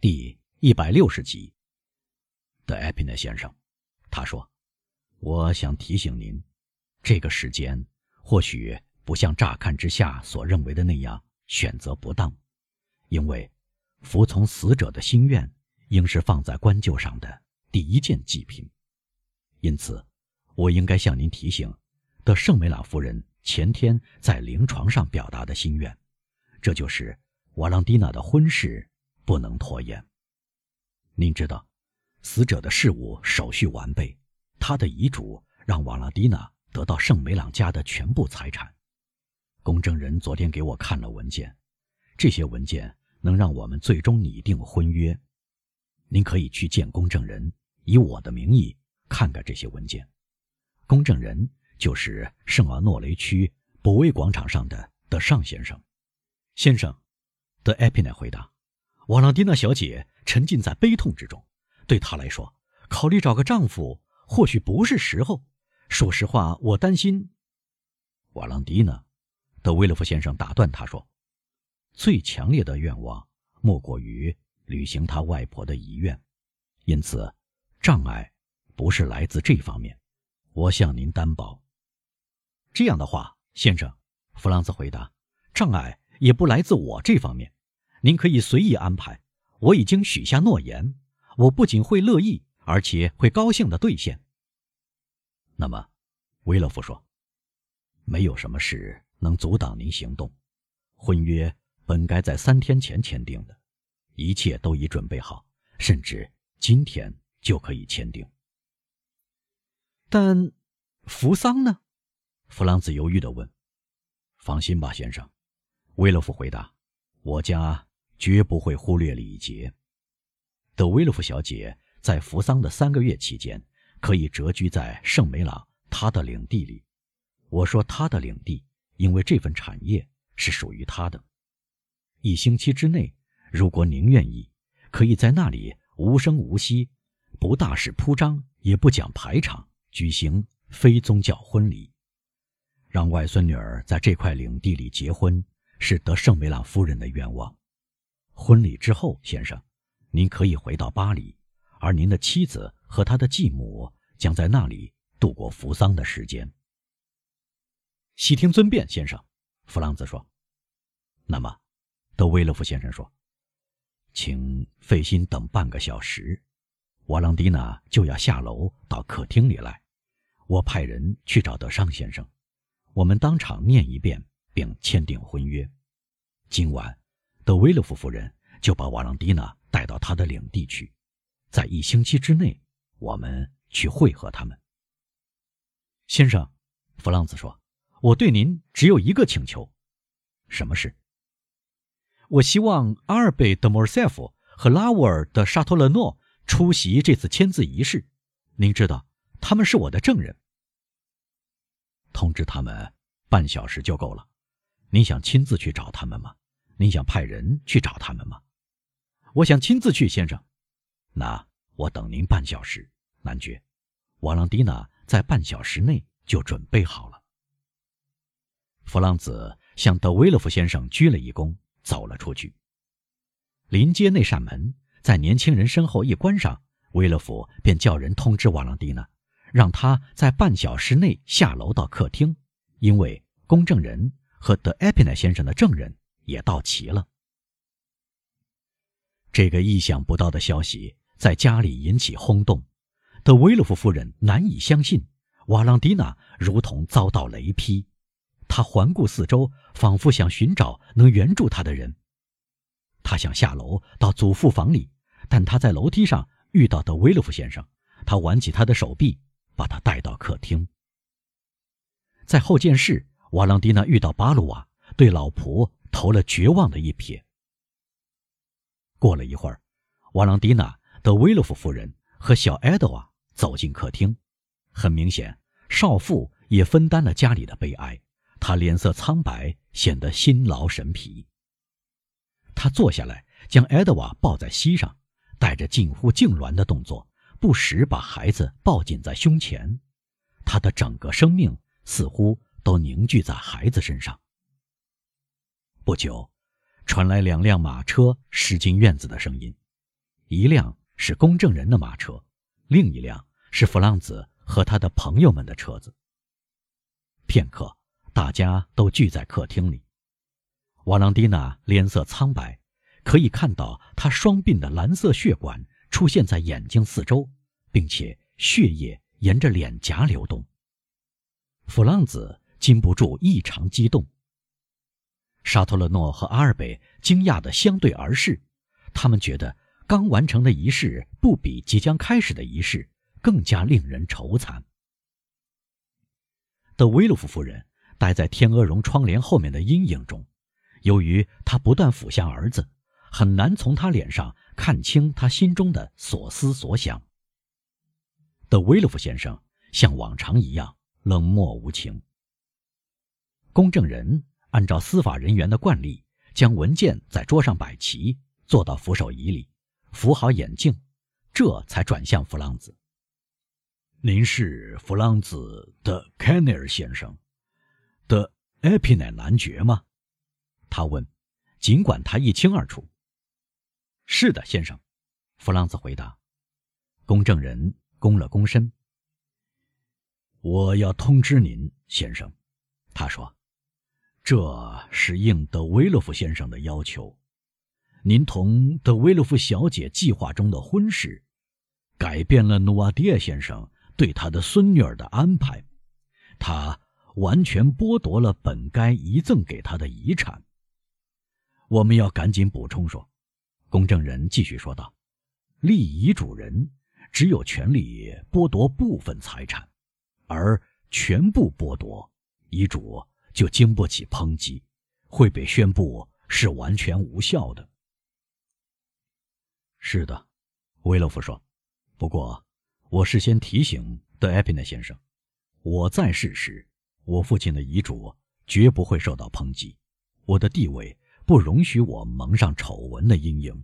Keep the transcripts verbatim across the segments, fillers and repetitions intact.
第一百六十集。德埃皮内先生，他说，我想提醒您，这个时间或许不像乍看之下所认为的那样选择不当，因为服从死者的心愿应是放在棺柩上的第一件祭品。因此我应该向您提醒德圣梅朗夫人前天在灵床上表达的心愿，这就是瓦朗蒂娜的婚事不能拖延。您知道，死者的事务手续完备，他的遗嘱让瓦朗蒂娜得到圣梅朗家的全部财产。公证人昨天给我看了文件，这些文件能让我们最终拟定婚约。您可以去见公证人，以我的名义看看这些文件。公证人就是圣奥诺雷区博威广场上的德尚先生。先生，德埃皮奈回答，瓦朗蒂娜小姐沉浸在悲痛之中，对她来说，考虑找个丈夫或许不是时候。说实话，我担心。瓦朗蒂娜，德维勒夫先生打断他说，最强烈的愿望莫过于履行他外婆的遗愿，因此障碍不是来自这方面，我向您担保。这样的话，先生，弗朗兹回答，障碍也不来自我这方面，您可以随意安排，我已经许下诺言，我不仅会乐意，而且会高兴地兑现。那么，维勒夫说，没有什么事能阻挡您行动，婚约本该在三天前签订的，一切都已准备好，甚至今天就可以签订。但扶丧呢？弗朗兹犹豫地问。放心吧，先生，维勒夫回答，我家绝不会忽略礼节。德维勒夫小姐在扶丧的三个月期间可以谪居在圣梅朗她的领地里。我说她的领地，因为这份产业是属于她的。一星期之内，如果您愿意，可以在那里无声无息，不大肆铺张，也不讲排场，举行非宗教婚礼。让外孙女儿在这块领地里结婚，是德圣梅朗夫人的愿望。婚礼之后，先生，您可以回到巴黎，而您的妻子和她的继母将在那里度过扶丧的时间。悉听尊便，先生，弗朗兹说。那么，德维勒夫先生说，请费心等半个小时，瓦朗蒂娜就要下楼到客厅里来，我派人去找德尚先生，我们当场念一遍并签订婚约。今晚德维勒夫夫人就把瓦朗蒂娜带到她的领地去，在一星期之内我们去会合他们。先生，弗朗兹说，我对您只有一个请求。什么事？我希望阿尔贝德莫尔塞夫和拉沃尔的沙托勒诺出席这次签字仪式，您知道他们是我的证人。通知他们半小时就够了。您想亲自去找他们吗？您想派人去找他们吗？我想亲自去，先生。那我等您半小时，男爵。瓦朗蒂娜在半小时内就准备好了。弗朗兹向德维勒夫先生鞠了一躬，走了出去。临街那扇门在年轻人身后一关上，维勒夫便叫人通知瓦朗蒂娜，让他在半小时内下楼到客厅，因为公证人和德埃皮奈先生的证人也到齐了。这个意想不到的消息在家里引起轰动，德维勒夫夫人难以相信，瓦朗蒂娜如同遭到雷劈。她环顾四周，仿佛想寻找能援助她的人。她想下楼到祖父房里，但她在楼梯上遇到德维勒夫先生，他挽起他的手臂，把他带到客厅。在后见室，瓦朗蒂娜遇到巴鲁瓦，对老仆投了绝望的一瞥。过了一会儿，瓦朗蒂娜、德维勒夫夫人和小埃德瓦走进客厅。很明显，少妇也分担了家里的悲哀，她脸色苍白，显得心劳神疲。她坐下来，将埃德瓦抱在膝上，带着近乎痉挛的动作，不时把孩子抱紧在胸前。她的整个生命似乎都凝聚在孩子身上。不久，传来两辆马车驶进院子的声音。 一辆是公证人的马车，另一辆是弗朗兹和他的朋友们的车子。片刻，大家都聚在客厅里。瓦朗蒂娜脸色苍白，可以看到她双鬓的蓝色血管出现在眼睛四周，并且血液沿着脸颊流动。弗朗兹禁不住异常激动。沙托勒诺和阿尔贝惊讶地相对而视，他们觉得刚完成的仪式不比即将开始的仪式更加令人愁惨。德维洛夫夫人待在天鹅绒窗帘后面的阴影中，由于她不断俯向儿子，很难从他脸上看清他心中的所思所想。德维洛夫先生像往常一样冷漠无情。公证人按照司法人员的惯例，将文件在桌上摆齐，坐到扶手椅里，扶好眼镜，这才转向弗朗兹。您是弗朗兹的凯内尔先生的埃皮乃男爵吗？他问，尽管他一清二楚。是的，先生，弗朗兹回答。公证人躬了躬身。我要通知您，先生，他说，这是应德维洛夫先生的要求。您同德维洛夫小姐计划中的婚事，改变了努瓦迪耶先生对他的孙女儿的安排，他完全剥夺了本该遗赠给他的遗产。我们要赶紧补充说，公证人继续说道，立遗嘱人只有权利剥夺部分财产，而全部剥夺，遗嘱就经不起抨击，会被宣布是完全无效的。是的，维洛夫说，不过我事先提醒德埃皮内先生，我在世时，我父亲的遗嘱绝不会受到抨击，我的地位不容许我蒙上丑闻的阴影。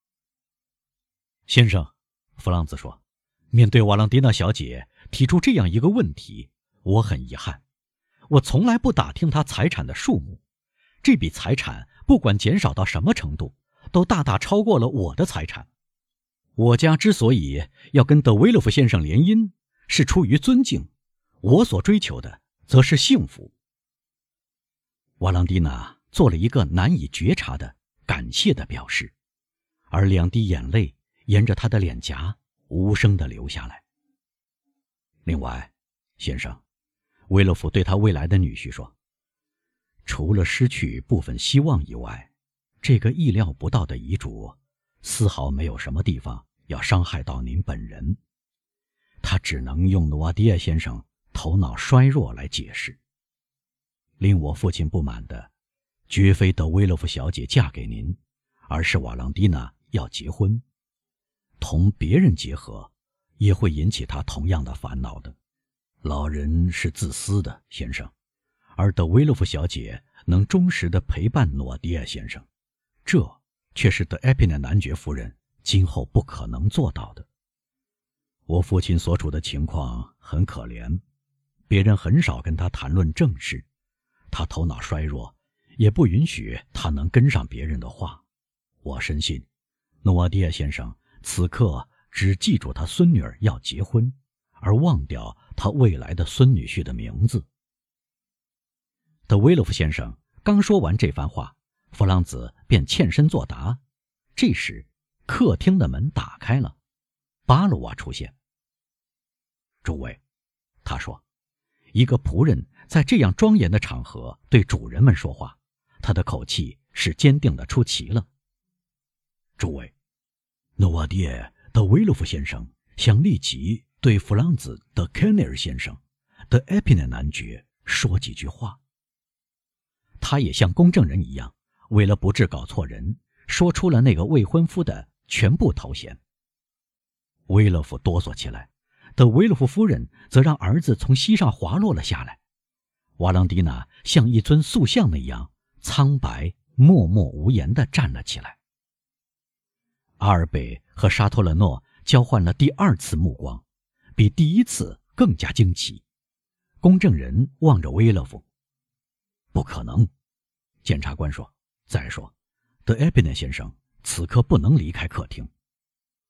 先生，弗朗兹说，面对瓦朗蒂娜小姐提出这样一个问题，我很遗憾。我从来不打听她财产的数目，这笔财产不管减少到什么程度，都大大超过了我的财产。我家之所以要跟德维洛夫先生联姻，是出于尊敬，我所追求的则是幸福。瓦朗蒂娜做了一个难以觉察的感谢的表示，而两滴眼泪沿着他的脸颊无声地流下来。另外，先生，维洛夫对他未来的女婿说，除了失去部分希望以外，这个意料不到的遗嘱丝毫没有什么地方要伤害到您本人，他只能用努瓦迪耶先生头脑衰弱来解释。令我父亲不满的绝非德维洛夫小姐嫁给您，而是瓦朗蒂娜要结婚，同别人结合也会引起他同样的烦恼的。老人是自私的，先生，而德维洛夫小姐能忠实地陪伴努瓦迪耶先生，这却是德埃皮内男爵夫人今后不可能做到的。我父亲所处的情况很可怜，别人很少跟他谈论正事，他头脑衰弱，也不允许他能跟上别人的话。我深信，努瓦迪耶先生此刻只记住他孙女儿要结婚，而忘掉他未来的孙女婿的名字。德维洛夫先生刚说完这番话，弗朗兹便欠身作答。这时，客厅的门打开了，巴鲁瓦出现。诸位，他说，一个仆人在这样庄严的场合对主人们说话，他的口气是坚定的出奇了。诸位，努瓦迪耶德维洛夫先生想立即对弗朗兹德凯内尔先生的埃皮内男爵说几句话。他也像公证人一样，为了不致搞错人，说出了那个未婚夫的全部头衔。维勒夫哆嗦起来，德维勒夫夫人则让儿子从膝上滑落了下来。瓦朗蒂娜像一尊塑像那样苍白默默无言地站了起来。阿尔贝和沙托勒诺交换了第二次目光，比第一次更加惊奇。公证人望着维勒夫，不可能，检察官说，再说德埃皮内先生此刻不能离开客厅。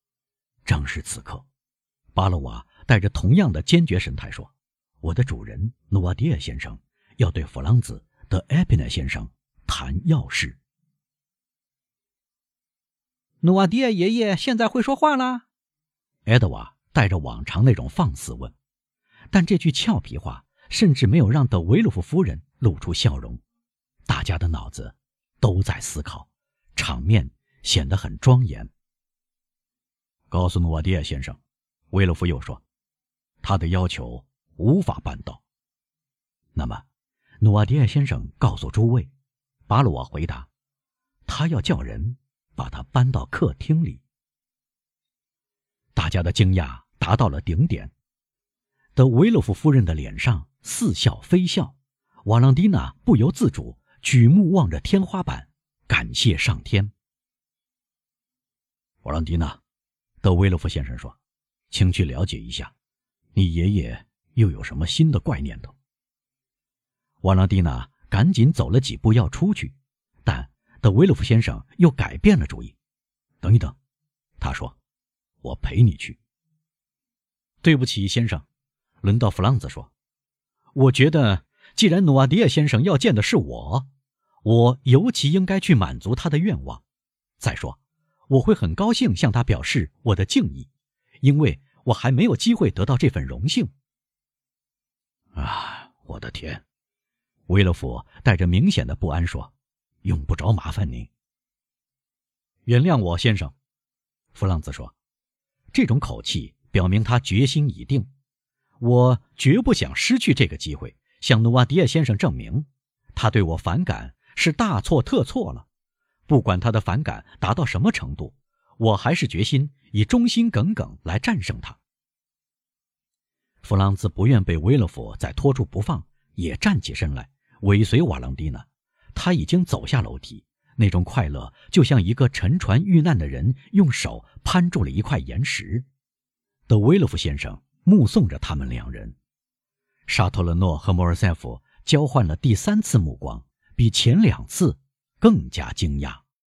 正是此刻，巴勒瓦带着同样的坚决神态说：“我的主人努瓦迪亚先生要对弗朗兹德埃皮奈先生谈要事。” 努瓦迪亚爷爷现在会说话了？ 埃德瓦带着往常那种放肆问，但这句俏皮话甚至没有让德维洛夫夫人露出笑容。大家的脑子都在思考，场面显得很庄严。告诉努瓦迪亚先生，维洛夫又说，他的要求无法办到。那么，努瓦迪亚先生告诉诸位，巴鲁瓦回答，他要叫人把他搬到客厅里。大家的惊讶达到了顶点，德维洛夫夫人的脸上似笑非笑，瓦朗蒂娜不由自主举目望着天花板，感谢上天。瓦朗蒂娜，德维洛夫先生说，请去了解一下，你爷爷又有什么新的怪念头。瓦朗蒂娜赶紧走了几步要出去，但德维洛夫先生又改变了主意。等一等，他说，我陪你去。对不起，先生，轮到弗朗兹说，我觉得既然努瓦迪亚先生要见的是我，我尤其应该去满足他的愿望。再说，我会很高兴向他表示我的敬意，因为我还没有机会得到这份荣幸。啊，我的天！维勒夫带着明显的不安说，用不着麻烦您。原谅我，先生，弗朗兹说，这种口气表明他决心已定。我绝不想失去这个机会，向努瓦迪亚先生证明，他对我反感是大错特错了。不管他的反感达到什么程度，我还是决心以忠心耿耿来战胜他。弗朗兹不愿被维勒夫再拖住不放，也站起身来尾随瓦朗蒂娜。他已经走下楼梯，那种快乐就像一个沉船遇难的人用手攀住了一块岩石。德维勒夫先生目送着他们两人。沙托勒诺和莫尔塞夫交换了第三次目光，比前两次更加惊讶。